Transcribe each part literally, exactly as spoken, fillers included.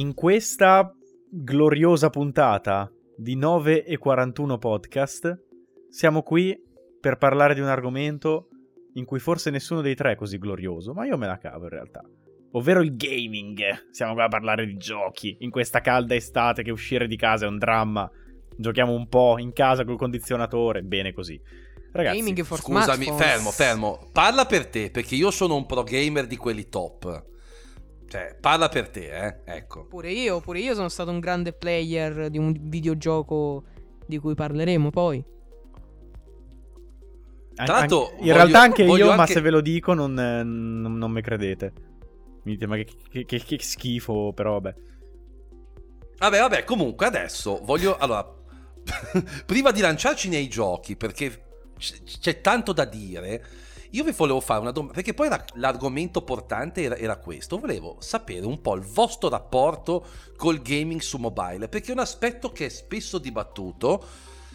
in questa gloriosa puntata di nove e quarantuno podcast siamo qui per parlare di un argomento in cui forse nessuno dei tre è così glorioso, ma io me la cavo in realtà, ovvero il gaming. Siamo qua a parlare di giochi in questa calda estate che uscire di casa è un dramma. Giochiamo un po' in casa col condizionatore, bene così. Ragazzi, gaming for scusami, smartphones. fermo, fermo. Parla per te, perché io sono un pro gamer di quelli top. Cioè, parla per te, eh, ecco. Pure io, pure io sono stato un grande player di un videogioco di cui parleremo poi. Tra l'altro, in voglio, realtà anche io, anche... ma se ve lo dico non, non, non mi credete. Mi dite, ma che, che, che, che schifo, però vabbè. Vabbè, vabbè, comunque adesso voglio... Allora, prima di lanciarci nei giochi, perché c- c'è tanto da dire... Io vi volevo fare una domanda, perché poi la, l'argomento portante era, era questo. Volevo sapere un po' il vostro rapporto col gaming su mobile, perché è un aspetto che è spesso dibattuto.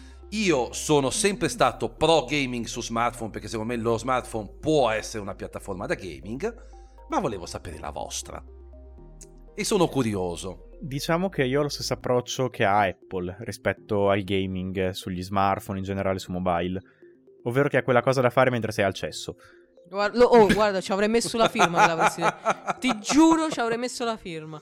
Io sono sempre stato pro gaming su smartphone, perché secondo me lo smartphone può essere una piattaforma da gaming, ma volevo sapere la vostra. E sono curioso. Diciamo che io ho lo stesso approccio che ha Apple rispetto al gaming sugli smartphone, in generale su mobile. Ovvero che è quella cosa da fare mentre sei al cesso. Guarda, oh, guarda, ci avrei messo la firma della Presidente. Ti giuro, ci avrei messo la firma.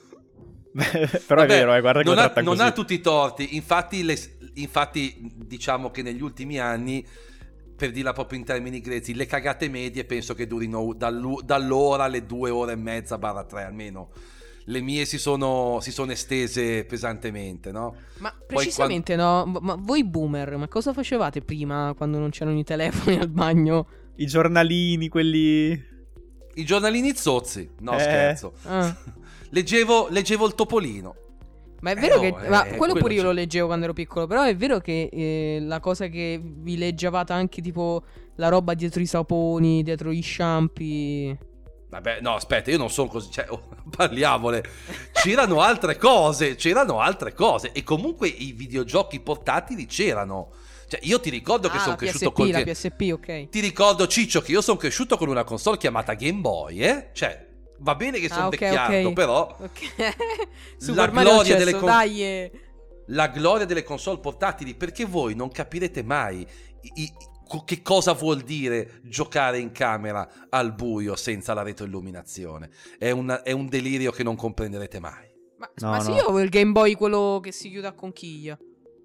Però Vabbè, è vero, eh, guarda che non, lo ha, tratta non così. ha tutti i torti. Infatti, le, infatti, diciamo che negli ultimi anni, per dirla proprio in termini grezzi, le cagate medie penso che durino dall'ora alle due ore e mezza barra tre almeno. Le mie si sono, si sono estese pesantemente, no? Ma Poi precisamente quando... no, ma voi boomer, ma cosa facevate prima quando non c'erano i telefoni al bagno? I giornalini, quelli... I giornalini zozzi, no Eh. scherzo. Ah. leggevo, leggevo il Topolino. Ma è vero Eh, no, che... Ma eh, quello quello pure io c'è. lo leggevo quando ero piccolo. Però è vero che eh, la cosa che vi leggiavate anche tipo la roba dietro i saponi, dietro gli shampoo. Vabbè, no, aspetta, io non sono così, cioè, oh, parliamole. C'erano altre cose, c'erano altre cose. E comunque i videogiochi portatili c'erano. Cioè, io ti ricordo che Ah, sono la cresciuto P S P, con... la P S P, ok. Ti ricordo, Ciccio, che io sono cresciuto con una console chiamata Game Boy, eh? Cioè, va bene che sono Ah, ok, vecchiardo, ok. però... Ok. La Super Mario gloria Cesso, delle con- dai. eh. La gloria delle console portatili, perché voi non capirete mai i- i- co- che cosa vuol dire giocare in camera al buio senza la retroilluminazione. È un, è un delirio che non comprenderete mai. Ma, No, ma sì, no. io avevo il Game Boy, quello che si chiude a conchiglia.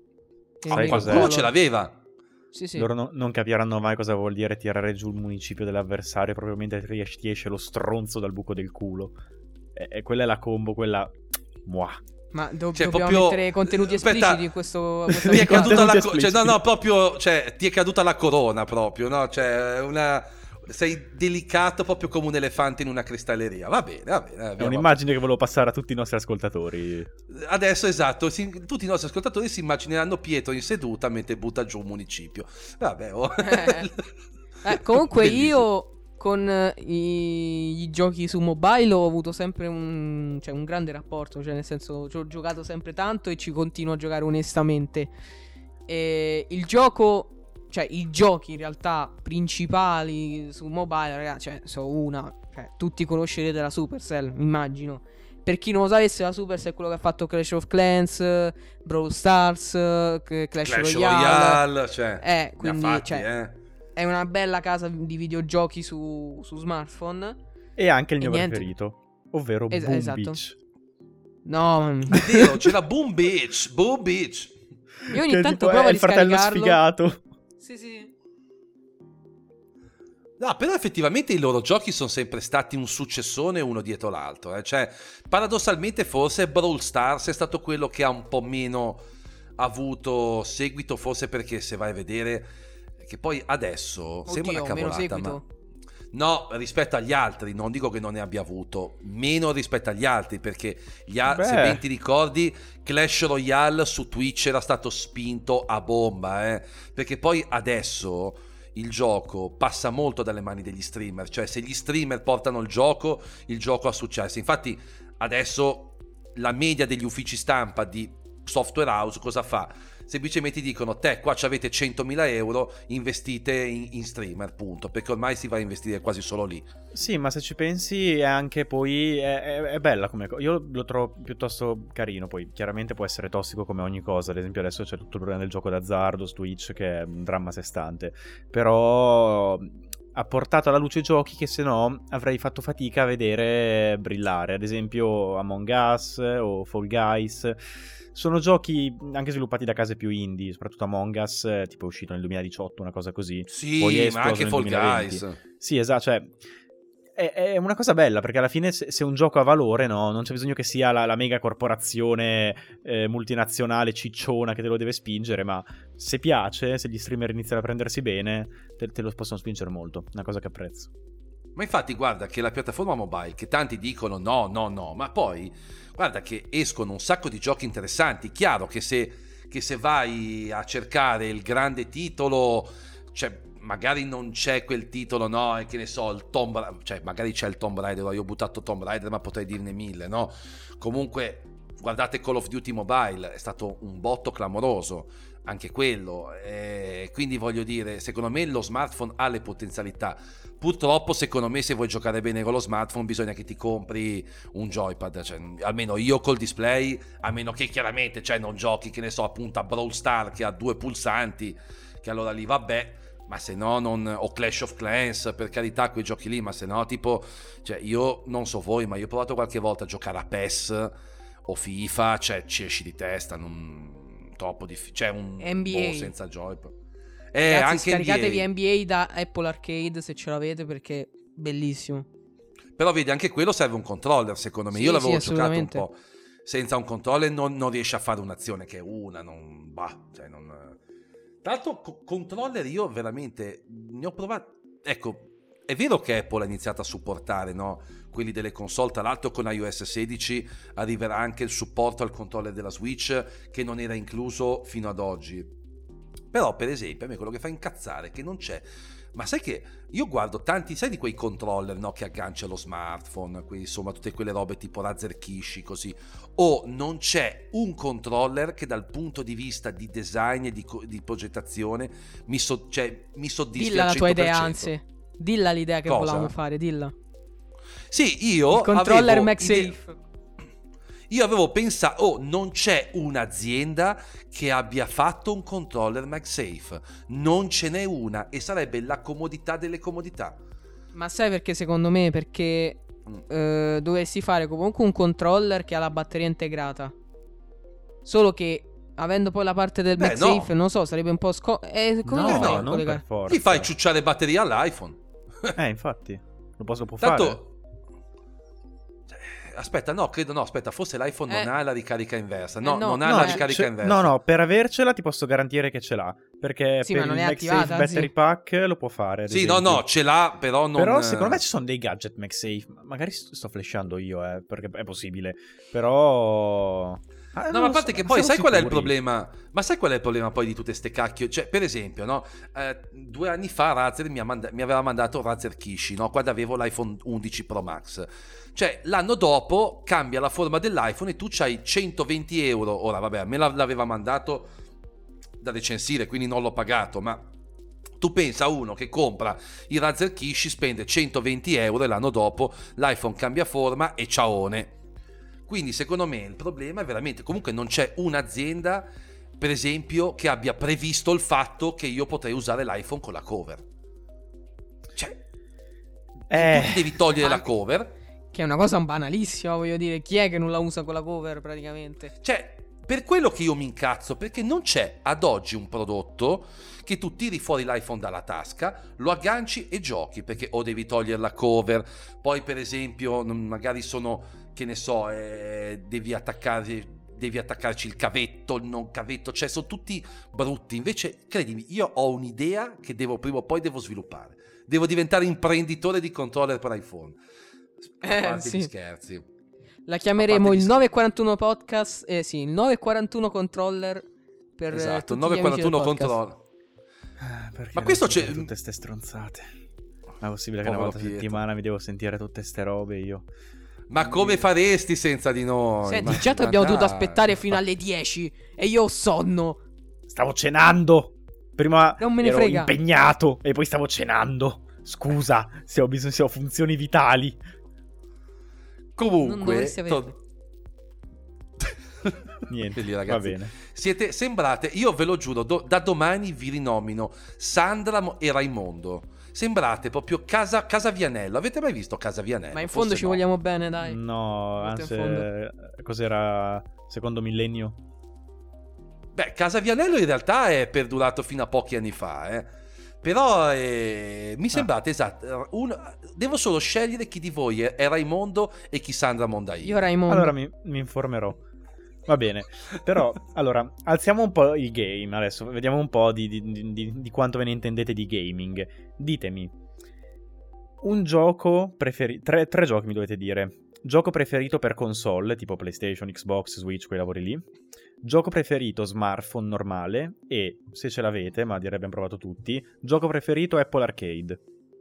Che Sai mi cos'è? Qualcuno ricordo. ce l'aveva. Sì, sì. Loro no- non capiranno mai cosa vuol dire tirare giù il municipio dell'avversario proprio mentre ti esce, ti esce lo stronzo dal buco del culo. E, e quella è la combo, quella... Muah. Ma do- Cioè, dobbiamo proprio- mettere contenuti Aspetta, espliciti in questo... questa Ti è puntata? caduta la Contenuti co- cioè, no, espliciti. no, proprio, cioè, ti è caduta la corona proprio, no? Cioè, una... sei delicato proprio come un elefante in una cristalleria. Va bene, va bene. È abbiamo- un'immagine che volevo passare a tutti i nostri ascoltatori. Adesso, esatto, si- tutti i nostri ascoltatori si immagineranno Pietro in seduta mentre butta giù un municipio. Vabbè, oh. Eh. Eh, comunque Bellissimo. io con eh, i, i giochi su mobile ho avuto sempre un, cioè, un grande rapporto. Cioè nel senso, ci ho giocato sempre tanto e ci continuo a giocare onestamente. E il gioco, cioè i giochi in realtà principali su mobile, ragazzi, cioè sono una, cioè, tutti conoscerete la Supercell, immagino. Per chi non lo sapesse, la Supercell è quello che ha fatto Clash of Clans, Brawl Stars, eh, Clash, Clash Royale. Royale, cioè, Eh, ne ha quindi, fatti, cioè, eh. è una bella casa di videogiochi su, su smartphone. E anche il E mio niente. preferito, ovvero Es- Boom esatto. Beach. No, ma- È vero, c'era Boom Beach, Boom Beach. io ogni Che tanto tipo provo è a il fratello riscaricarlo. sfigato. Sì, sì. No, però effettivamente i loro giochi sono sempre stati un successone uno dietro l'altro, eh. Cioè, paradossalmente forse Brawl Stars è stato quello che ha un po' meno avuto seguito, forse perché se vai a vedere che poi adesso sembra Oddio, una meno cavolata, ma seguito. no, rispetto agli altri, non dico che non ne abbia avuto, meno rispetto agli altri, perché gli a- Beh. se ben ti ricordi, Clash Royale su Twitch era stato spinto a bomba, eh, perché poi adesso il gioco passa molto dalle mani degli streamer, cioè se gli streamer portano il gioco, il gioco ha successo. Infatti adesso la media degli uffici stampa di software house cosa fa? Semplicemente dicono: te qua avete centomila euro, investite in, in streamer, punto, perché ormai si va a investire quasi solo lì. Sì, ma se ci pensi è anche poi è, è, è bella come cosa. Io lo trovo piuttosto carino. Poi chiaramente può essere tossico come ogni cosa. Ad esempio adesso c'è tutto il problema del gioco d'azzardo su Twitch, che è un dramma a sé stante. Però ha portato alla luce giochi che se no avrei fatto fatica a vedere brillare. Ad esempio Among Us o Fall Guys. Sono giochi anche sviluppati da case più indie, soprattutto Among Us, tipo è uscito nel duemiladiciotto, una cosa così. Sì, Poi ma anche Fall Guys. Sì, esatto, cioè è, è una cosa bella, perché alla fine se, se un gioco ha valore, no, non c'è bisogno che sia la, la mega corporazione eh, multinazionale cicciona che te lo deve spingere, ma se piace, se gli streamer iniziano a prendersi bene, te, te lo possono spingere molto, una cosa che apprezzo. Ma infatti guarda che la piattaforma mobile, che tanti dicono no, no, no, ma poi guarda che escono un sacco di giochi interessanti. Chiaro che se, che se vai a cercare il grande titolo, cioè magari non c'è quel titolo, no, e che ne so, il Tomb, cioè magari c'è il Tomb Raider, io ho buttato Tomb Raider, ma potrei dirne mille, no? Comunque guardate Call of Duty Mobile, è stato un botto clamoroso anche quello, e quindi voglio dire, secondo me lo smartphone ha le potenzialità. Purtroppo secondo me se vuoi giocare bene con lo smartphone bisogna che ti compri un joypad, cioè, almeno io col display, a meno che chiaramente cioè, non giochi, che ne so, appunto a Brawl Stars che ha due pulsanti, che allora lì vabbè, ma se no non, o Clash of Clans, per carità, quei giochi lì, ma se no tipo, cioè io non so voi, ma io ho provato qualche volta a giocare a P E S o FIFA, cioè ci esci di testa, non troppo difficile, c'è un N B A boh, senza joypad. Eh, Ragazzi, anche scaricatevi N B A. N B A da Apple Arcade se ce l'avete, perché bellissimo. Però vedi, anche quello serve un controller, secondo me. Sì, Io l'avevo sì, giocato un po'. Senza un controller non, non riesci a fare un'azione che è una, non... Bah, cioè non... Tanto co- controller io veramente ne ho provato... Ecco, è vero che Apple ha iniziato a supportare, no? Quelli delle console, tra l'altro con iOS sedici arriverà anche il supporto al controller della Switch, che non era incluso fino ad oggi. Però per esempio a me quello che fa incazzare è che non c'è, ma sai che io guardo tanti, sai di quei controller, no, che aggancia lo smartphone, quindi insomma tutte quelle robe tipo Razer Kishi così, o non c'è un controller che dal punto di vista di design e di, di progettazione mi, so, cioè, mi soddisfi dilla al la tua cento per cento. idea, anzi dilla l'idea che Cosa? volevamo fare, dilla. Sì, io il controller avevo MagSafe ide- Io avevo pensato, oh, non c'è un'azienda che abbia fatto un controller MagSafe, non ce n'è una, e sarebbe la comodità delle comodità. Ma sai perché secondo me? Perché mm. eh, dovresti fare comunque un controller che ha la batteria integrata. Solo che avendo poi la parte del Beh, MagSafe, no. non so, sarebbe un po' sco- eh, come No, lo fai a non collegare? per forza. Gli fai ciucciare batteria all'iPhone. Eh, infatti, lo posso può Tanto... fare. Aspetta, no, credo no, aspetta, forse l'iPhone Eh. non ha la ricarica inversa. No, Eh, no. non ha No, la eh. ricarica Cioè, inversa. no, no, per avercela ti posso garantire che ce l'ha. Perché Sì, per ma non il è MagSafe attivata, Battery sì. Pack lo può fare. ad Sì, no, esempio. no, ce l'ha, però non... Però secondo me ci sono dei gadget MagSafe. Magari sto flashando io, eh, perché è possibile. Però... Ah, No, non ma a lo parte so, che non poi siamo sai qual è il sicuri. problema? Ma sai qual è il problema poi di tutte ste cacchio? Cioè, per esempio, no? Eh, due anni fa Razer mi, ha manda- mi aveva mandato Razer Kishi, no? Quando avevo l'iPhone undici Pro Max. Cioè, l'anno dopo cambia la forma dell'iPhone e tu c'hai centoventi euro. Ora, vabbè, a me l'aveva mandato da recensire, quindi non l'ho pagato, ma... Tu pensa a uno che compra il Razer Kishi, spende centoventi euro e l'anno dopo l'iPhone cambia forma e ciaone. Quindi secondo me il problema è veramente, comunque non c'è un'azienda, per esempio, che abbia previsto il fatto che io potrei usare l'iPhone con la cover. Cioè, Eh, tu ti devi togliere la anche- cover. Che è una cosa banalissima, voglio dire. Chi è che non la usa con la cover praticamente? Cioè, per quello che io mi incazzo, perché non c'è ad oggi un prodotto che tu tiri fuori l'iPhone dalla tasca, lo agganci e giochi, perché o devi togliere la cover, poi per esempio non- magari sono, che ne so, eh, devi attaccare... devi attaccarci il cavetto, il non cavetto, cioè sono tutti brutti. Invece, credimi, io ho un'idea che devo prima o poi devo sviluppare. Devo diventare imprenditore di controller per iPhone. A Eh, parte sì. gli scherzi. La A chiameremo parte il gli nove quarantuno podcast. Eh sì, il nove quarantuno controller per eh, Esatto, tutti gli amici del nove quarantuno podcast. controller. Ah, perché Ma questo devo c'è- sentire tutte ste stronzate. Ma è possibile che Povero una volta a Pietro. settimana mi devo sentire tutte ste robe io? Ma come faresti senza di noi? Senti, Ma- già ti ma abbiamo dovuto dai. aspettare fino alle dieci e io ho sonno. Stavo cenando. Prima Non me ne ero frega. impegnato e poi stavo cenando. Scusa, se ho bisogno, se ho funzioni vitali. Non Comunque, dovresti avere- to- Niente, Vedi, va ragazzi, bene. siete, sembrate, io ve lo giuro, do- da domani vi rinomino Sandra Mo- e Raimondo. Sembrate proprio Casa, Casa Vianello. Avete mai visto Casa Vianello? Ma in fondo Forse ci no. vogliamo bene, dai. No, Molto anzi, in fondo. eh, cos'era? Secondo millennio? Beh, Casa Vianello in realtà è perdurato fino a pochi anni fa, eh. Però eh, mi sembrate esatto. un- devo solo scegliere chi di voi è, è Raimondo e chi Sandra Mondaini. Io Raimondo. Allora mi, mi informerò. Va bene, però, allora, alziamo un po' il game adesso, vediamo un po' di, di- di- di quanto ve ne intendete di gaming. Ditemi, un gioco preferito, tre, tre giochi mi dovete dire. Gioco preferito per console, tipo PlayStation, Xbox, Switch, quei lavori lì. Gioco preferito smartphone normale e, se ce l'avete, ma direi abbiamo provato tutti, gioco preferito Apple Arcade.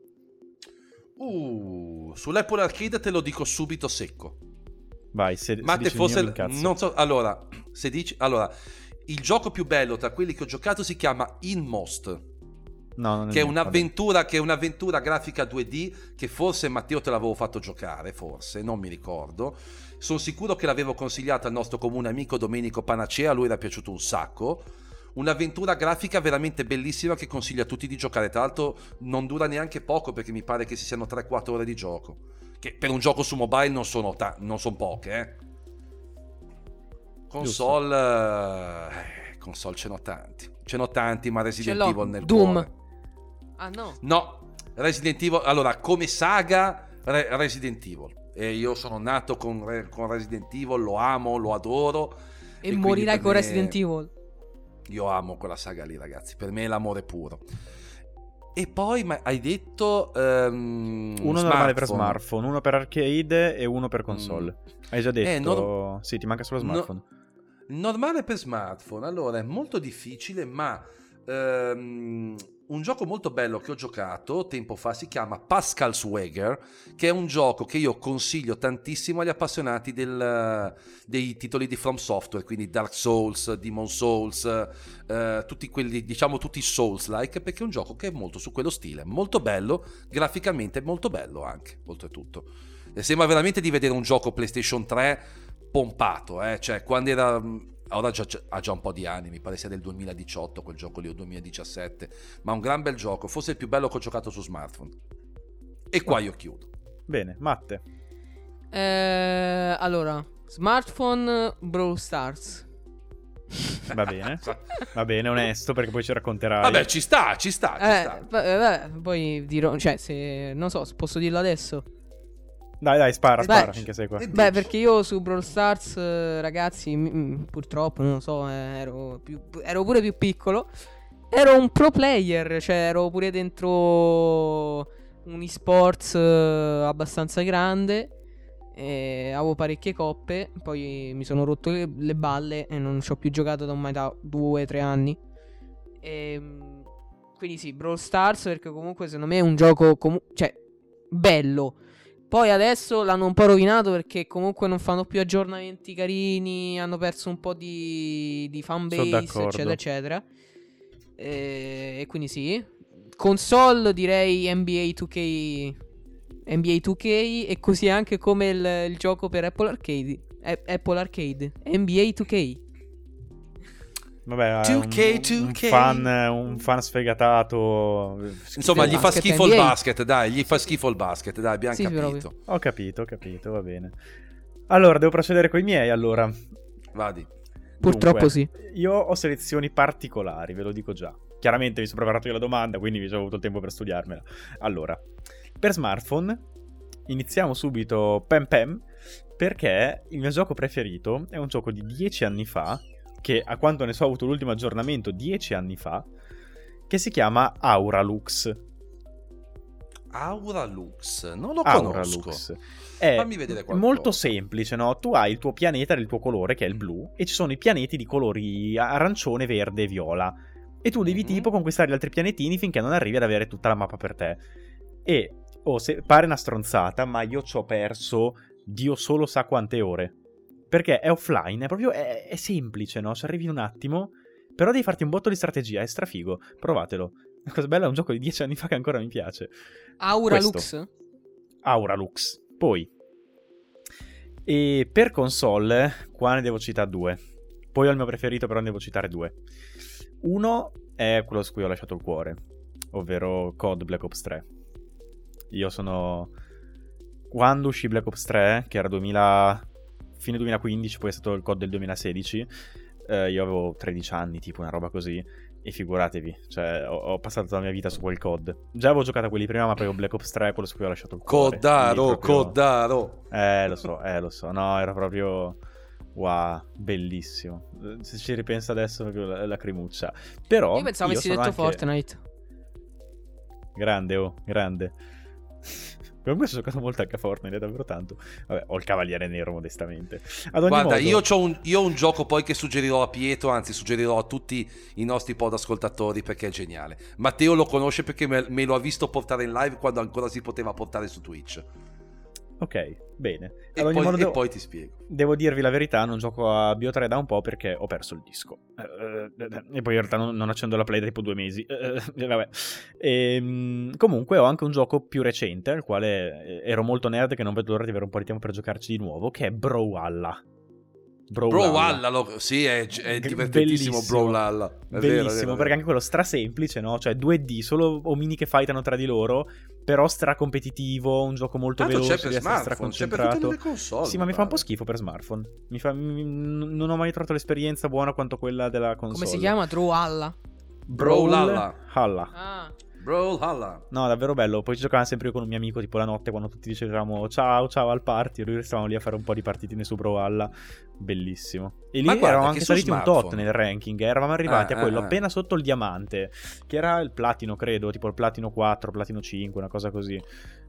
Uh, sull'Apple Arcade te lo dico subito secco. Vai, se, se Ma te dici il mio, fosse mi incazzo. non so, allora, se dici allora, il gioco più bello tra quelli che ho giocato si chiama Inmost, No, non che è il mio, vabbè. un'avventura che è un'avventura grafica due D che forse Matteo te l'avevo fatto giocare, forse, non mi ricordo. Sono sicuro che l'avevo consigliato al nostro comune amico Domenico Panacea, a lui era piaciuto un sacco. Un'avventura grafica veramente bellissima che consiglio a tutti di giocare. Tra l'altro non dura neanche poco, perché mi pare che ci siano tre quattro ore di gioco, che per un gioco su mobile non sono, ta- non sono poche, eh. Console, eh, console ce n'ho tanti. Ce n'ho tanti, ma Resident Ce l'ho. Evil nel Doom. cuore. Ah no. No, Resident Evil, allora, come saga, Re- Resident Evil. E io sono nato con, Re- con Resident Evil, lo amo, lo adoro. E, quindi morirai per con me- Resident Evil. Io amo quella saga lì, ragazzi. Per me è l'amore puro. E poi ma hai detto ehm, Uno normale per smartphone. smartphone, uno per arcade e uno per console. Hai già detto? Eh, nor- Sì, ti manca solo No- smartphone. Normale per smartphone, allora è molto difficile, ma ehm, un gioco molto bello che ho giocato tempo fa si chiama Pascal Swagger, che è un gioco che io consiglio tantissimo agli appassionati del, dei titoli di From Software, quindi Dark Souls, Demon Souls, eh, tutti quelli, diciamo tutti Souls-like, perché è un gioco che è molto su quello stile, molto bello, graficamente molto bello anche, oltretutto. E sembra veramente di vedere un gioco PlayStation tre pompato, eh? Cioè quando era, ora già, ha già un po' di anni, mi pare sia del duemiladiciotto quel gioco lì o duemiladiciassette, ma un gran bel gioco, forse il più bello che ho giocato su smartphone. E qua io chiudo. Bene, Matte. Eh, allora, smartphone Brawl Stars. Va bene. Va bene, onesto, perché poi ci racconterai. Vabbè, ci sta, ci sta, ci Eh, sta. va- vabbè, poi dirò, cioè, se non so, se posso dirlo adesso. Dai, dai, spara, Beh, spara finché sei qua. e- Beh, dici? perché io su Brawl Stars, eh, ragazzi, m- m- purtroppo, non lo so, eh, ero, più, ero pure più piccolo. Ero un pro player, cioè ero pure dentro un esports eh, abbastanza grande. E avevo parecchie coppe. Poi mi sono rotto le, le balle e non ci ho più giocato da ormai da due o tre anni. E, quindi sì, Brawl Stars, perché comunque secondo me è un gioco comu- cioè bello. Poi adesso l'hanno un po' rovinato perché comunque non fanno più aggiornamenti carini, hanno perso un po' di, di fanbase, d'accordo. eccetera, eccetera. E, e quindi sì. Console direi N B A due K, N B A due K, e così anche come il, il gioco per Apple Arcade, eh, Apple Arcade, N B A due K. Vabbè, due K, un, un due K. fan, un fan sfegatato. Insomma, Del gli fa basket schifo N B A. il basket, dai, gli fa schifo il basket, dai, abbiamo Sì, capito. proprio. Ho capito, ho capito, va bene. Allora, devo procedere con i miei, allora. Vadi. Purtroppo Dunque, sì. Io ho selezioni particolari, ve lo dico già. Chiaramente mi sono preparato io la domanda, quindi vi ho avuto il tempo per studiarmela. Allora, per smartphone, iniziamo subito pem pem, perché il mio gioco preferito è un gioco di dieci anni fa, che a quanto ne so ha avuto l'ultimo aggiornamento dieci anni fa, che si chiama Auralux. Auralux, non lo Auralux. conosco. È Fammi vedere qualcosa. molto semplice, no? Tu hai il tuo pianeta del tuo colore, che è il blu, e ci sono i pianeti di colori arancione, verde e viola. E tu devi Mhm. tipo conquistare gli altri pianetini finché non arrivi ad avere tutta la mappa per te. E, oh, se pare una stronzata, ma io ci ho perso Dio solo sa quante ore. Perché è offline, è proprio è, è semplice, no? Ci arrivi in un attimo, però devi farti un botto di strategia, è strafigo. Provatelo. La cosa bella è un gioco di dieci anni fa che ancora mi piace. Aura Questo. Lux? Aura Lux. Poi, e per console, qua ne devo citare due. Poi ho il mio preferito, però ne devo citare due. Uno è quello su cui ho lasciato il cuore, ovvero C O D Black Ops tre. Io sono... Quando uscì Black Ops tre, che era duemila... fine duemilaquindici, poi è stato il C O D del duemilasedici, eh, io avevo tredici anni, tipo una roba così, e figuratevi, cioè ho, ho passato la mia vita su quel C O D. Già avevo giocato a quelli prima, ma poi Black Ops tre è quello su cui ho lasciato il cuore. Codaro, proprio... Codaro. Eh, lo so, eh, lo so. No, era proprio... Wow, bellissimo. Se ci ripenso adesso, proprio la lacrimuccia. Però Io pensavo io avessi sono detto anche... Fortnite. Grande, oh, grande. Comunque sto giocando molto anche a Fortnite, davvero tanto. Vabbè, ho il Cavaliere Nero, modestamente. Ad ogni Guarda, modo... io ho un, io ho un gioco poi che suggerirò a Pietro, anzi suggerirò a tutti i nostri pod ascoltatori perché è geniale. Matteo lo conosce perché me, me lo ha visto portare in live quando ancora si poteva portare su Twitch. Ok, bene. E, Ad ogni poi, modo e devo... poi ti spiego. Devo dirvi la verità, non gioco a Bio tre da un po' perché ho perso il disco. Uh, e poi in realtà non, non accendo la play da tipo due mesi. Uh, vabbè. E, comunque ho anche un gioco più recente, al quale ero molto nerd, che non vedo l'ora di avere un po' di tempo per giocarci di nuovo, che è Brawlhalla. Brawlhalla, lo... sì, è, è divertentissimo Brawlhalla. È bellissimo, vero, è vero, perché anche quello strasemplice, no? Cioè due D, solo omini che fightano tra di loro, però stracompetitivo, un gioco molto tanto veloce, c'è per di essere smartphone, c'è per straconcentrato. tutte le console. Sì, ma mi fa un po' schifo per smartphone. Mi fa... Non ho mai trovato l'esperienza buona quanto quella della console. Come si chiama? Brawlhalla. Brawlhalla. Halla. Ah. Brawlhalla. No, davvero bello. Poi ci giocavamo sempre io con un mio amico, tipo la notte, quando tutti dicevamo ciao, ciao al party. Noi stavamo lì a fare un po' di partitine su Brawlhalla. Bellissimo. E lì guarda, eravamo anche saliti smartphone... un tot nel ranking. Eh. Eravamo arrivati ah, a quello ah, appena sotto il diamante, che era il platino, credo, tipo il platino quattro, platino cinque, una cosa così.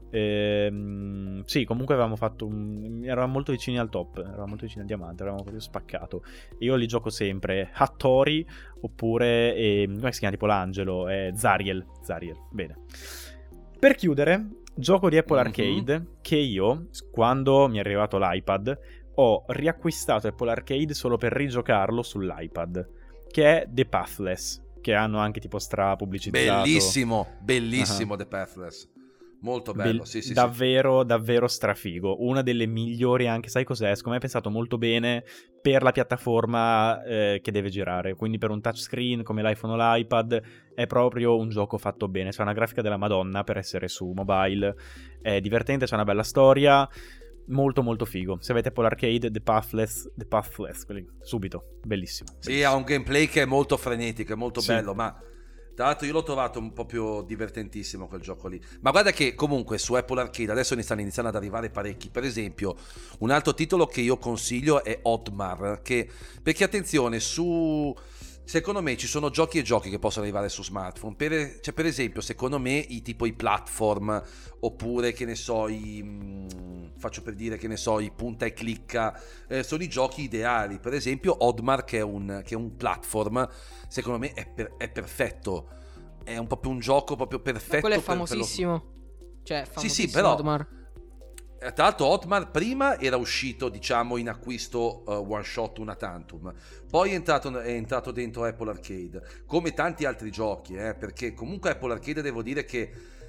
Ehm, sì, comunque avevamo fatto un... eravamo molto vicini al top, eravamo molto vicini al diamante, avevamo proprio spaccato. Io li gioco sempre Hattori oppure eh, come si chiama, tipo l'angelo, eh, Zariel. Zariel, bene. Per chiudere, gioco di Apple Arcade, mm-hmm. che io, quando mi è arrivato l'iPad, ho riacquistato Apple Arcade solo per rigiocarlo sull'iPad, che è The Pathless, che hanno anche tipo stra pubblicizzato. Bellissimo, bellissimo uh-huh. The Pathless. Molto bello, Be- sì, sì, davvero, sì. davvero strafigo. Una delle migliori anche, sai cos'è? Secondo me è pensato molto bene per la piattaforma eh, che deve girare. Quindi per un touchscreen come l'iPhone o l'iPad è proprio un gioco fatto bene. C'è una grafica della Madonna per essere su mobile. È divertente, c'è una bella storia. Molto molto figo. Se avete Apple Arcade, The Pathless, The Pathless, quelli, subito, bellissimo. Sì, bellissimo. Ha un gameplay che è molto frenetico, è molto sì. bello, ma... Tra l'altro io l'ho trovato un po' più divertentissimo quel gioco lì. Ma guarda che comunque su Apple Arcade adesso ne stanno iniziando ad arrivare parecchi. Per esempio, un altro titolo che io consiglio è Otmar, che perché attenzione, su secondo me ci sono giochi e giochi che possono arrivare su smartphone. Per, cioè, per esempio, secondo me i tipo i platform, oppure che ne so, i mh, faccio per dire che ne so, i punta e clicca, eh, sono i giochi ideali. Per esempio, Otmar, che è un, che è un platform, secondo me è, per, è perfetto. È un po' più un gioco proprio perfetto. Quello è per, famosissimo. per lo... Cioè, è famosissimo. Sì, sì, però. Otmar. Tra l'altro Otmar prima era uscito, diciamo, in acquisto uh, one shot una tantum, poi è entrato, è entrato dentro Apple Arcade, come tanti altri giochi, eh, perché comunque Apple Arcade devo dire che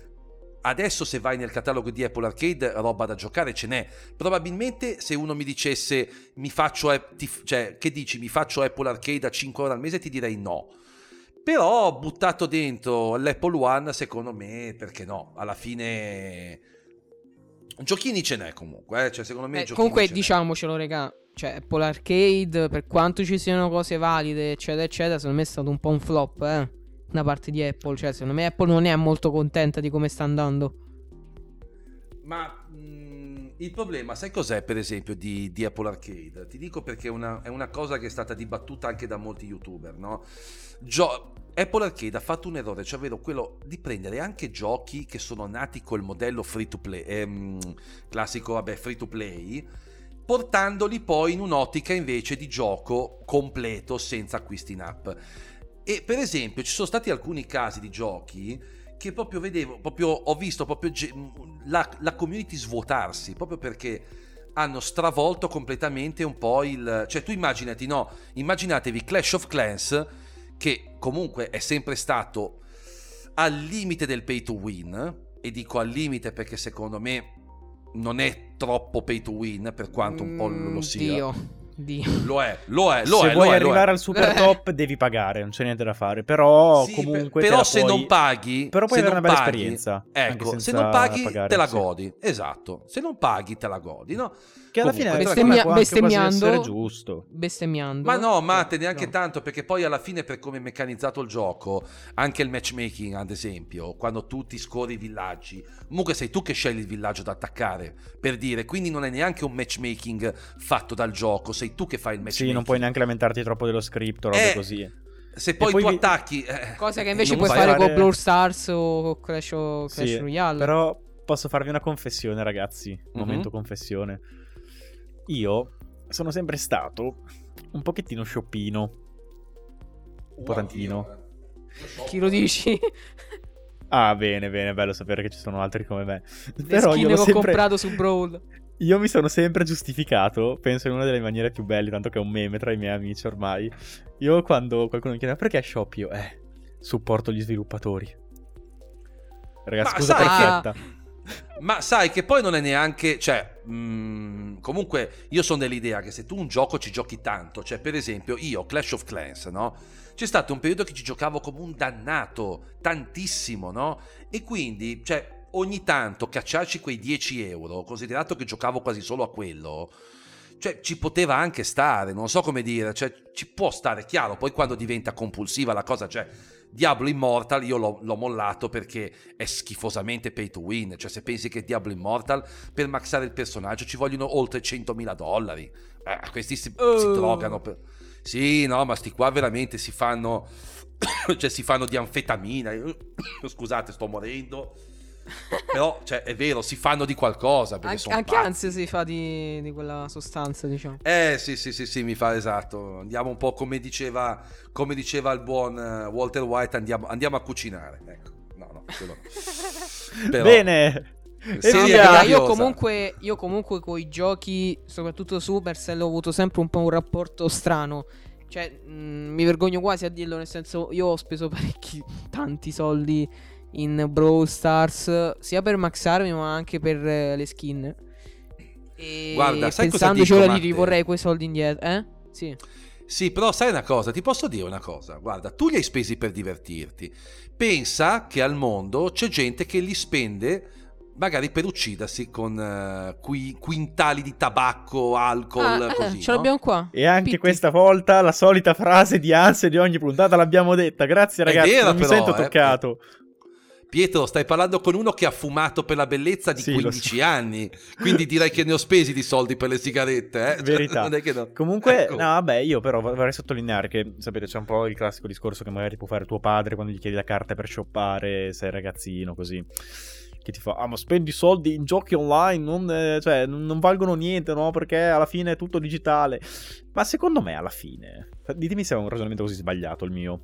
adesso se vai nel catalogo di Apple Arcade roba da giocare ce n'è. Probabilmente se uno mi dicesse mi faccio, ti, cioè che dici mi faccio Apple Arcade a cinque ore al mese, ti direi no. Però buttato dentro l'Apple One, secondo me, perché no? Alla fine giochini ce n'è comunque, eh? Cioè secondo me eh, comunque diciamocelo, n'è. Regà, cioè Apple Arcade, per quanto ci siano cose valide eccetera eccetera, secondo me è stato un po' un flop, eh, da parte di Apple. Cioè secondo me Apple non è molto contenta di come sta andando. Ma mh, il problema, sai cos'è per esempio di, di Apple Arcade? Ti dico perché è una, è una cosa che è stata dibattuta anche da molti youtuber, no? Gio- Apple Arcade ha fatto un errore, cioè ovvero quello di prendere anche giochi che sono nati col modello free to play, ehm, classico vabbè free to play, portandoli poi in un'ottica invece di gioco completo senza acquisti in app. E per esempio ci sono stati alcuni casi di giochi che proprio vedevo, proprio ho visto proprio ge- la, la community svuotarsi, proprio perché hanno stravolto completamente un po' il... Cioè tu immaginati, no, immaginatevi Clash of Clans, che comunque è sempre stato al limite del pay to win, e dico al limite perché secondo me non è troppo pay to win, per quanto un po' lo, lo sia. Dio. Dio. Lo è, lo è, lo se è. vuoi lo è, arrivare lo è. al super top devi pagare, non c'è niente da fare. Però sì, comunque però te se puoi... non paghi, però puoi se avere non una bella paghi, esperienza. Ecco, se non paghi pagare, te la sì. godi. Esatto. Se non paghi te la godi, no? Che alla Comunque, fine Bestemmia- può anche quasi bestemmiando essere giusto. Bestemmiando. Ma no, Matte, neanche No. tanto, perché poi alla fine, per come è meccanizzato il gioco, anche il matchmaking, ad esempio, quando tu ti scorri i villaggi, comunque sei tu che scegli il villaggio da attaccare, per dire, quindi non è neanche un matchmaking fatto dal gioco, sei tu che fai il matchmaking. Sì, non puoi neanche lamentarti troppo dello script o robe Eh, così. Se poi, poi tu vi- attacchi... eh, Cosa che invece non puoi vai- fare fare- con Brawl Stars o Clash, o Clash Sì, Royale. però posso farvi una confessione, ragazzi. Momento Mhm. confessione. Io sono sempre stato un pochettino scioppino. Un po' tantino. Chi lo dici? Ah, bene, bene, bello sapere che ci sono altri come me. Le Però skin io che l'ho ho sempre... comprato su Brawl. Io mi sono sempre giustificato, penso in una delle maniere più belle, tanto che è un meme tra i miei amici ormai. Io quando qualcuno mi chiede perché shop, io eh, supporto gli sviluppatori. Ragazzi, Ma scusa sai che- perfetta. Ma sai che poi non è neanche, cioè, mh, comunque io sono dell'idea che se tu un gioco ci giochi tanto, cioè per esempio io Clash of Clans, no? C'è stato un periodo che ci giocavo come un dannato, tantissimo, no? E quindi, cioè, ogni tanto cacciarci quei dieci euro, considerato che giocavo quasi solo a quello, cioè ci poteva anche stare, non so come dire, cioè ci può stare, chiaro, poi quando diventa compulsiva la cosa, cioè Diablo Immortal io l'ho, l'ho mollato perché è schifosamente pay to win, cioè se pensi che Diablo Immortal per maxare il personaggio ci vogliono oltre centomila dollari, eh, questi si, Oh. si drogano per... sì, no, ma sti qua veramente si fanno cioè si fanno di anfetamina, scusate sto morendo, però cioè è vero, si fanno di qualcosa perché Anche, sono anche pazzi. Ansia si fa di, di quella sostanza, diciamo. Eh sì sì sì sì, mi fa esatto, andiamo un po' come diceva come diceva il buon eh, Walter White, andiamo, andiamo a cucinare, ecco, no no, quello no. Però, Bene. Serie E No, via. raga, gradiosa. io comunque io comunque con i giochi, soprattutto Supercell, ho avuto sempre un po' un rapporto strano. Cioè, mh, mi vergogno quasi a dirlo, nel senso, io ho speso parecchi, tanti soldi in Brawl Stars, sia per maxarmi ma anche per eh, le skin. E Guarda, sai cosa pensandoci dico, ora li Matte? rivorrei quei soldi indietro, eh? Sì. Sì, però sai una cosa, ti posso dire una cosa, guarda, tu li hai spesi per divertirti, pensa che al mondo c'è gente che li spende magari per uccidersi con eh, qui- quintali di tabacco, alcol, Ah, eh, così, ce no? l'abbiamo qua. E anche Pitti. questa volta la solita frase di Ansia di ogni puntata l'abbiamo detta. Grazie È ragazzi, vera, non mi però, sento eh. toccato. Pietro, stai parlando con uno che ha fumato per la bellezza di Sì, lo quindici so. anni, quindi direi che ne ho spesi di soldi per le sigarette, eh? Verità. Non è che no. Comunque, Ecco. no, vabbè, io però vorrei sottolineare che, sapete, c'è un po' il classico discorso che magari può fare tuo padre quando gli chiedi la carta per shoppare, sei ragazzino, così. Che ti fa, ah, ma spendi soldi in giochi online, non, eh, cioè, non non valgono niente, no? Perché alla fine è tutto digitale. Ma secondo me, alla fine, ditemi se è un ragionamento così sbagliato il mio.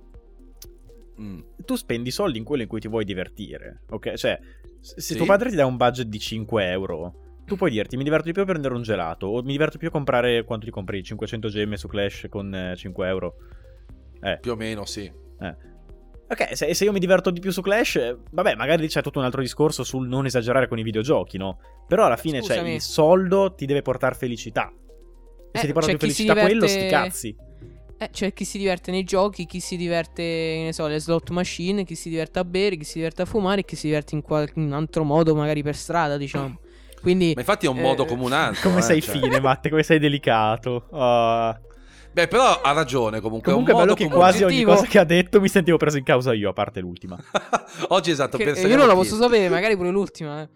Mm. Tu spendi soldi in quello in cui ti vuoi divertire, ok? Cioè, se Sì. tuo padre ti dà un budget di cinque euro, tu puoi dirti mi diverto di più a prendere un gelato, o mi diverto più a comprare, quanto ti compri? cinquecento gemme su Clash con eh, cinque euro? Eh, Più o meno, sì. eh. Ok, se, se io mi diverto di più su Clash, eh, vabbè, magari c'è tutto un altro discorso sul non esagerare con i videogiochi, no? Però alla fine, cioè, Scusami. il soldo ti deve portare felicità. E se Eh, ti porta c'è più chi si felicità quello, diverte- sti cazzi. Eh, c'è chi si diverte nei giochi, chi si diverte, che ne so, le slot machine, chi si diverte a bere, chi si diverte a fumare e chi si diverte in qualche in altro modo, magari per strada, diciamo. Quindi Ma infatti è un eh, modo come un altro. Come eh, sei cioè. fine, Matte, come sei delicato. Ah. Beh, però ha ragione comunque. Comunque è è un bello modo che come- quasi ogni Oggettivo. cosa che ha detto mi sentivo preso in causa io, a parte l'ultima. Oggi esatto, che- pensiamo io non la chi- posso sapere, magari pure l'ultima, eh.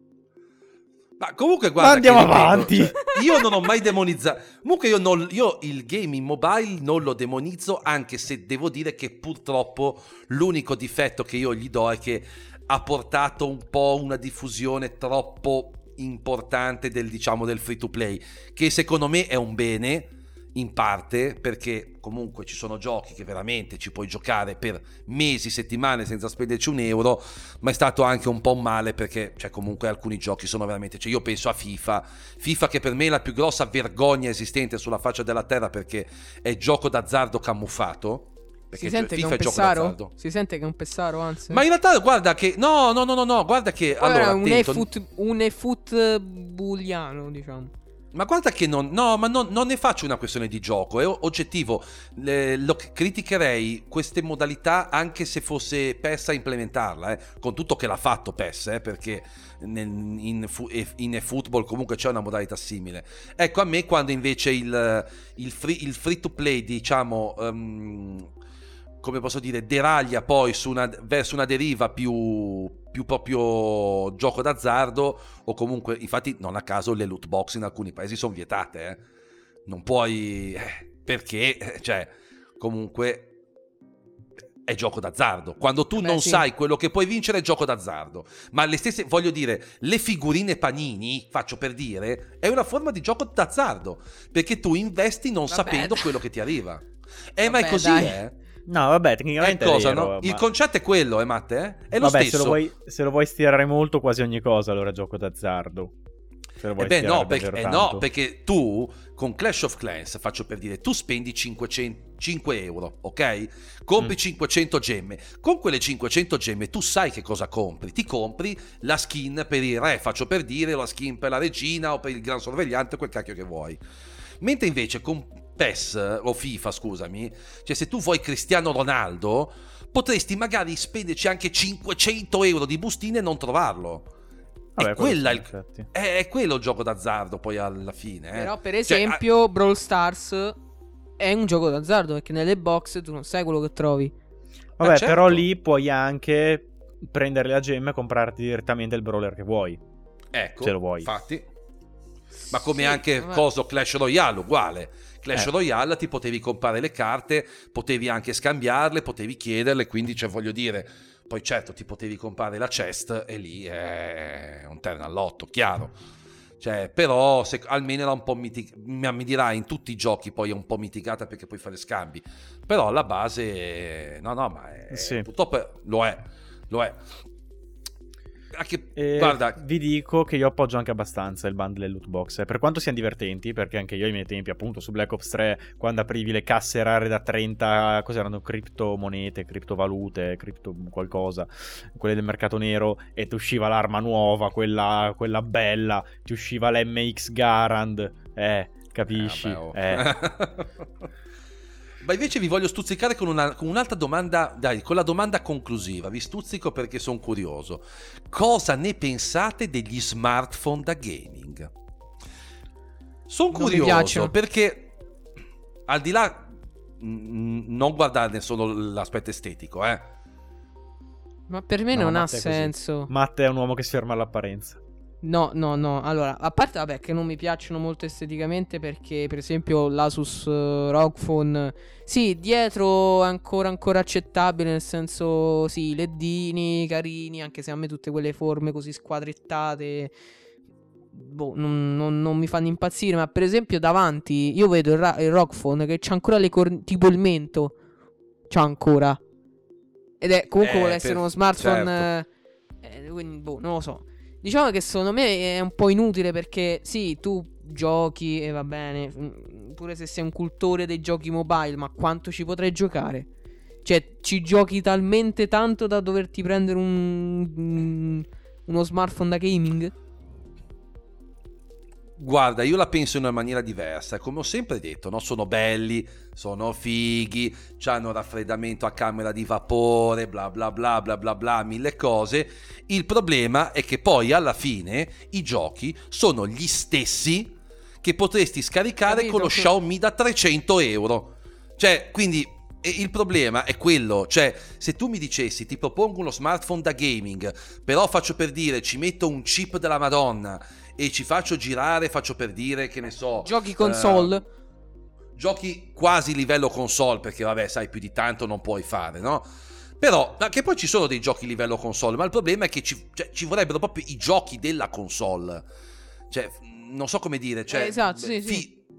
Ma comunque guarda, Ma andiamo che, ripeto, avanti. cioè, io non ho mai demonizzato. Comunque io, non, io il gaming mobile non lo demonizzo, anche se devo dire che purtroppo l'unico difetto che io gli do è che ha portato un po' una diffusione troppo importante del, diciamo, del free to play, che secondo me è un bene in parte perché comunque ci sono giochi che veramente ci puoi giocare per mesi, settimane senza spenderci un euro, ma è stato anche un po' un male perché cioè comunque alcuni giochi sono veramente, cioè io penso a FIFA FIFA che per me è la più grossa vergogna esistente sulla faccia della terra perché è gioco d'azzardo camuffato. Perché si sente FIFA che è un è gioco pessaro? d'azzardo. Si sente che è un pessaro, anzi. Ma in realtà guarda che no no no no no guarda che Poi allora è un attento, e-foot, un e-foot booleano, diciamo. ma guarda che non, no, ma non, non ne faccio una questione di gioco, è oggettivo. Le, lo criticherei queste modalità anche se fosse PES a implementarla, eh, con tutto che l'ha fatto PES, eh, perché nel, in, in eFootball comunque c'è una modalità simile. Ecco, a me quando invece il, il, free, il free to play, diciamo, um, come posso dire, deraglia poi su una, verso una deriva più, più proprio gioco d'azzardo, o comunque, infatti non a caso le loot box in alcuni paesi sono vietate, eh. Non puoi, eh, perché, cioè, comunque è gioco d'azzardo. Quando tu Beh, non sì. sai quello che puoi vincere è gioco d'azzardo. Ma le stesse, voglio dire, le figurine Panini, faccio per dire, è una forma di gioco d'azzardo, perché tu investi non Vabbè, sapendo dai. quello che ti arriva. Eh, ma Vabbè, è così, dai. eh. No, vabbè, È tecnicamente cosa, è vero, no? Il ma- concetto è quello, eh, Matte? Eh? È lo vabbè, stesso. se lo, vuoi, se lo vuoi stirare molto, quasi ogni cosa allora è gioco d'azzardo. Se lo vuoi Eh beh, stirare no perché, davvero eh tanto. no, perché tu con Clash of Clans, faccio per dire, tu spendi cinquecento, cinque euro, ok? Compri Mm. cinquecento gemme. Con quelle cinquecento gemme tu sai che cosa compri. Ti compri la skin per il re, faccio per dire, o la skin per la regina o per il gran sorvegliante, quel cacchio che vuoi. Mentre invece con PES o FIFA, scusami, cioè se tu vuoi Cristiano Ronaldo, potresti magari spenderci anche cinquecento euro di bustine e non trovarlo. Vabbè, è, quello quella sì, il, infatti. è, è quello il gioco d'azzardo poi alla fine. Eh. Però, per Cioè, esempio, Brawl Stars è un gioco d'azzardo perché nelle box tu non sai quello che trovi. Vabbè, Eh, certo. però lì puoi anche prendere la gemma e comprarti direttamente il brawler che vuoi. ecco, se lo vuoi. infatti. Ma come Sì, anche ma- coso Clash Royale, uguale. Clash Eh. Royale ti potevi comprare le carte, potevi anche scambiarle, potevi chiederle, quindi cioè voglio dire, poi certo ti potevi comprare la chest e lì è un terno all'otto, chiaro. Cioè, però se, almeno era un po' mitigata, mi dirai, in tutti i giochi poi è un po' mitigata perché puoi fare scambi. Però alla base, no, no, ma è, Sì. purtroppo lo è, lo è. Anche, E guarda, vi dico che io appoggio anche abbastanza il bundle e loot box, eh, per quanto siano divertenti, perché anche io ai miei tempi, appunto su Black Ops tre, quando aprivi le casse rare da trenta, cos'erano, criptomonete, criptovalute, cripto qualcosa, quelle del mercato nero, e ti usciva l'arma nuova, quella, quella bella, ti usciva l'M X Garand, eh, capisci? Eh, vabbè, oh. Eh. Ma invece vi voglio stuzzicare con, una, con un'altra domanda, dai, con la domanda conclusiva. Vi stuzzico perché sono curioso. Cosa ne pensate degli smartphone da gaming? Sono Non mi curioso piacciono. perché al di là, mh, non guardarne solo l'aspetto estetico, eh. Ma per me No, non ha Matte è così. senso. Matte è un uomo che si ferma all'apparenza. No, no, no. Allora, a parte, vabbè, che non mi piacciono molto esteticamente perché, per esempio, l'Asus uh, R O G Phone, sì, dietro è ancora, ancora accettabile, nel senso, sì, ledini carini, anche se a me tutte quelle forme così squadrettate, boh, non, non- non mi fanno impazzire. Ma per esempio, davanti, io vedo il, ra- il R O G Phone che c'ha ancora le corn- tipo il mento, c'ha ancora. Ed è, comunque Eh, vuole essere per- uno smartphone, certo. eh, eh, quindi, boh, non lo so. Diciamo che secondo me è un po' inutile perché sì, tu giochi e va bene, mm, pure se sei un cultore dei giochi mobile, ma quanto ci potrai giocare? Cioè, ci giochi talmente tanto da doverti prendere un, un- uno smartphone da gaming? Guarda, io la penso in una maniera diversa, come ho sempre detto, no? Sono belli, sono fighi, hanno raffreddamento a camera di vapore, bla bla bla bla bla bla, mille cose. Il problema è che poi alla fine i giochi sono gli stessi che potresti scaricare Capito, con lo sì. Xiaomi da trecento euro. Cioè, quindi e il problema è quello, cioè se tu mi dicessi ti propongo uno smartphone da gaming, però faccio per dire ci metto un chip della Madonna e ci faccio girare, faccio per dire che ne so, Giochi console? eh, giochi quasi livello console, perché vabbè sai più di tanto non puoi fare, no? Però che poi ci sono dei giochi livello console, ma il problema è che ci, cioè, ci vorrebbero proprio i giochi della console, cioè non so come dire, cioè Eh, esatto, sì, fi- sì.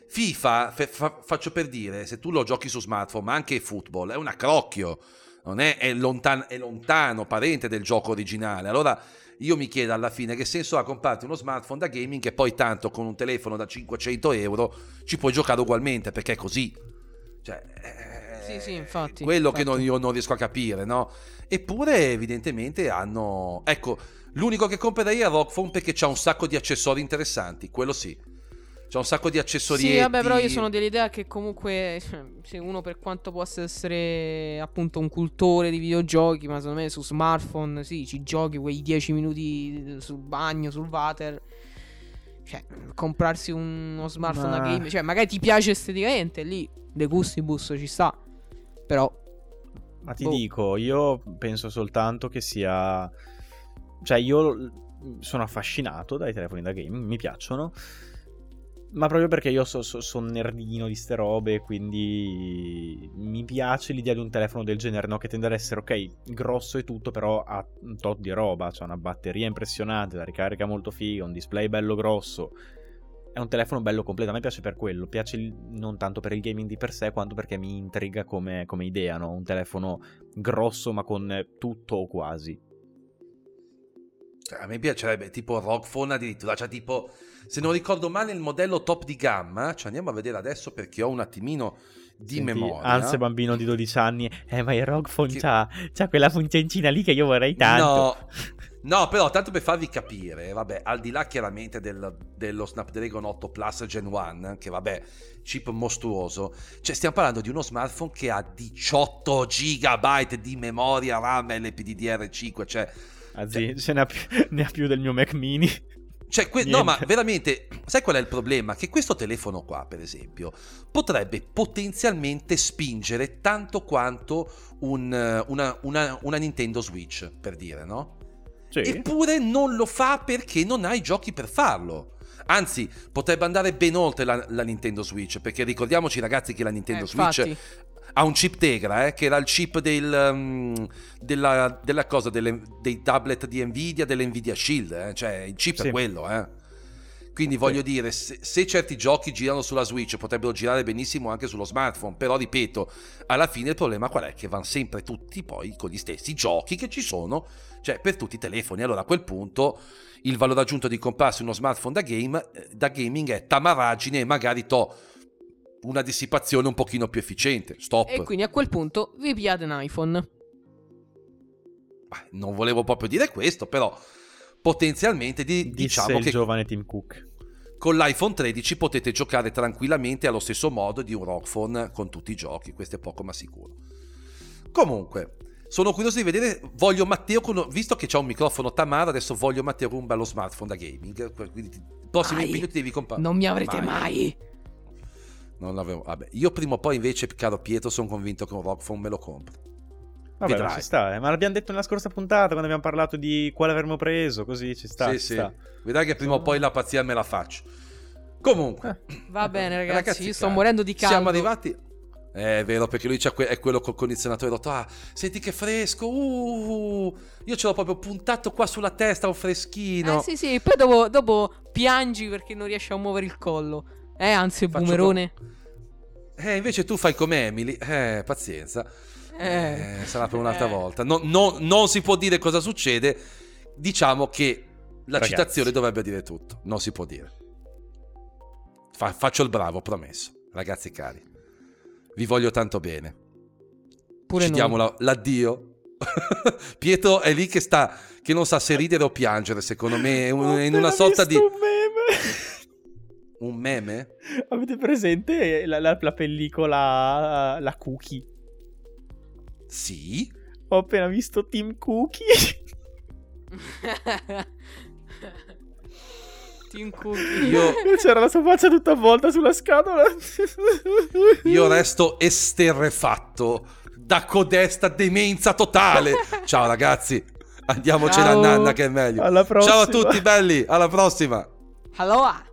FIFA, fa, fa, faccio per dire, se tu lo giochi su smartphone, ma anche football, è un accrocchio, non è, è, lontan- è lontano parente del gioco originale. Allora io mi chiedo alla fine che senso ha comprarti uno smartphone da gaming e poi tanto con un telefono da cinquecento euro ci puoi giocare ugualmente, perché è così. Cioè, eh, sì, sì, infatti. Quello infatti. che non, io non riesco a capire, no? Eppure evidentemente hanno... Ecco, l'unico che comprerei è il ROG Phone perché c'ha un sacco di accessori interessanti, quello sì. C'è un sacco di accessori. Sì, vabbè, però io sono dell'idea che comunque se uno, per quanto possa essere appunto un cultore di videogiochi, ma secondo me su smartphone sì, ci giochi quei dieci minuti sul bagno, sul water. Cioè, comprarsi uno smartphone ma... da game, cioè magari ti piace esteticamente, lì de gustibus ci sta. Però Ma ti boh. dico, io penso soltanto che sia... Cioè, io sono affascinato dai telefoni da gaming, mi piacciono. Ma proprio perché io sono so, so nerdino di ste robe, quindi mi piace l'idea di un telefono del genere, no? Che tende ad essere, ok, grosso e tutto, però ha un tot di roba, c'ha una batteria impressionante, la ricarica molto figa, un display bello grosso. È un telefono bello completo, a me piace per quello, piace il, non tanto per il gaming di per sé, quanto perché mi intriga come, come idea, no? Un telefono grosso ma con tutto o quasi. A me piacerebbe tipo ROG Phone addirittura, cioè tipo, se non ricordo male il modello top di gamma, ci andiamo a vedere adesso perché ho un attimino di Senti, memoria. Anzi, bambino di dodici anni, eh ma il ROG Phone che... c'ha, c'ha quella funzioncina lì che io vorrei tanto. No, no, però tanto per farvi capire, vabbè, al di là chiaramente del, dello Snapdragon otto Plus Gen uno, che vabbè, chip mostruoso, cioè stiamo parlando di uno smartphone che ha diciotto giga di memoria RAM L P D D R cinque, cioè... Anzi, cioè, ce ne ha, più, ne ha più del mio Mac Mini. Cioè, que- no, ma veramente, sai qual è il problema? Che questo telefono qua, per esempio, potrebbe potenzialmente spingere tanto quanto un, una, una, una Nintendo Switch, per dire, no? Sì. Eppure non lo fa perché non ha i giochi per farlo. Anzi, potrebbe andare ben oltre la, la Nintendo Switch, perché ricordiamoci, ragazzi, che la Nintendo Eh, Switch... infatti. ha un chip Tegra, eh, che era il chip del, um, della, della cosa, delle, dei tablet di Nvidia, delle Nvidia Shield, eh, cioè il chip Sì. è quello, eh. Quindi voglio dire, se, se certi giochi girano sulla Switch potrebbero girare benissimo anche sullo smartphone, però ripeto, alla fine il problema qual è? Che vanno sempre tutti poi con gli stessi giochi che ci sono, cioè per tutti i telefoni. Allora a quel punto il valore aggiunto di comprarsi uno smartphone da, game, da gaming è tamarragine e magari to una dissipazione un pochino più efficiente. Stop. E quindi a quel punto vi pigliate un iPhone. Non volevo proprio dire questo, però potenzialmente di, Disse diciamo il che giovane Tim Cook. con l'iPhone tredici potete giocare tranquillamente allo stesso modo di un ROG Phone con tutti i giochi. Questo è poco ma sicuro. Comunque sono curioso di vedere. Voglio Matteo con, visto che c'ha un microfono Tamara, adesso voglio Matteo con un bello smartphone da gaming. Quindi il prossimo Mai. impegno ti devi comprare. Non mi avrete mai, mai. Non l'avevo. Vabbè, io prima o poi invece, caro Pietro, sono convinto che un ROG Phone me lo compro. Vabbè, Vedrai. ci sta, eh. Ma l'abbiamo detto nella scorsa puntata quando abbiamo parlato di quale avremmo preso, così ci sta. Sì, ci sì. sta. Vedrai che prima o poi la pazzia me la faccio. Comunque, Va bene, ragazzi, ragazzi, io sto cari, morendo di caldo. Siamo arrivati. È vero, perché lui c'ha que- è quello col condizionatore rotto. Ah, senti che fresco. Uh, io ce l'ho proprio puntato qua sulla testa, un freschino. Eh sì, sì, poi dopo, dopo piangi perché non riesci a muovere il collo. Eh, anzi, Faccio boomerone. Eh, invece tu fai come Emily. Eh, pazienza. Eh. Eh, sarà per un'altra Eh. volta. No, no, non si può dire cosa succede. Diciamo che la Ragazzi. citazione dovrebbe dire tutto. Non si può dire. Fa- faccio il bravo, promesso. Ragazzi cari, vi voglio tanto bene. Pure Ci noi. diamo la- l'addio. Pietro è lì che sta, che non sa se ridere o piangere. Secondo me è, un- Ho è in una appena sorta di visto un meme. un meme. Avete presente la, la- la pellicola La Cookie? Sì. Ho appena visto Tim Cookie. Tim Cookie. Io, C'era la sua faccia tutta avvolta sulla scatola. io resto esterrefatto da codesta demenza totale. Ciao ragazzi, andiamocene Ciao. a nanna che è meglio. Alla prossima. Ciao a tutti belli, alla prossima. Allora.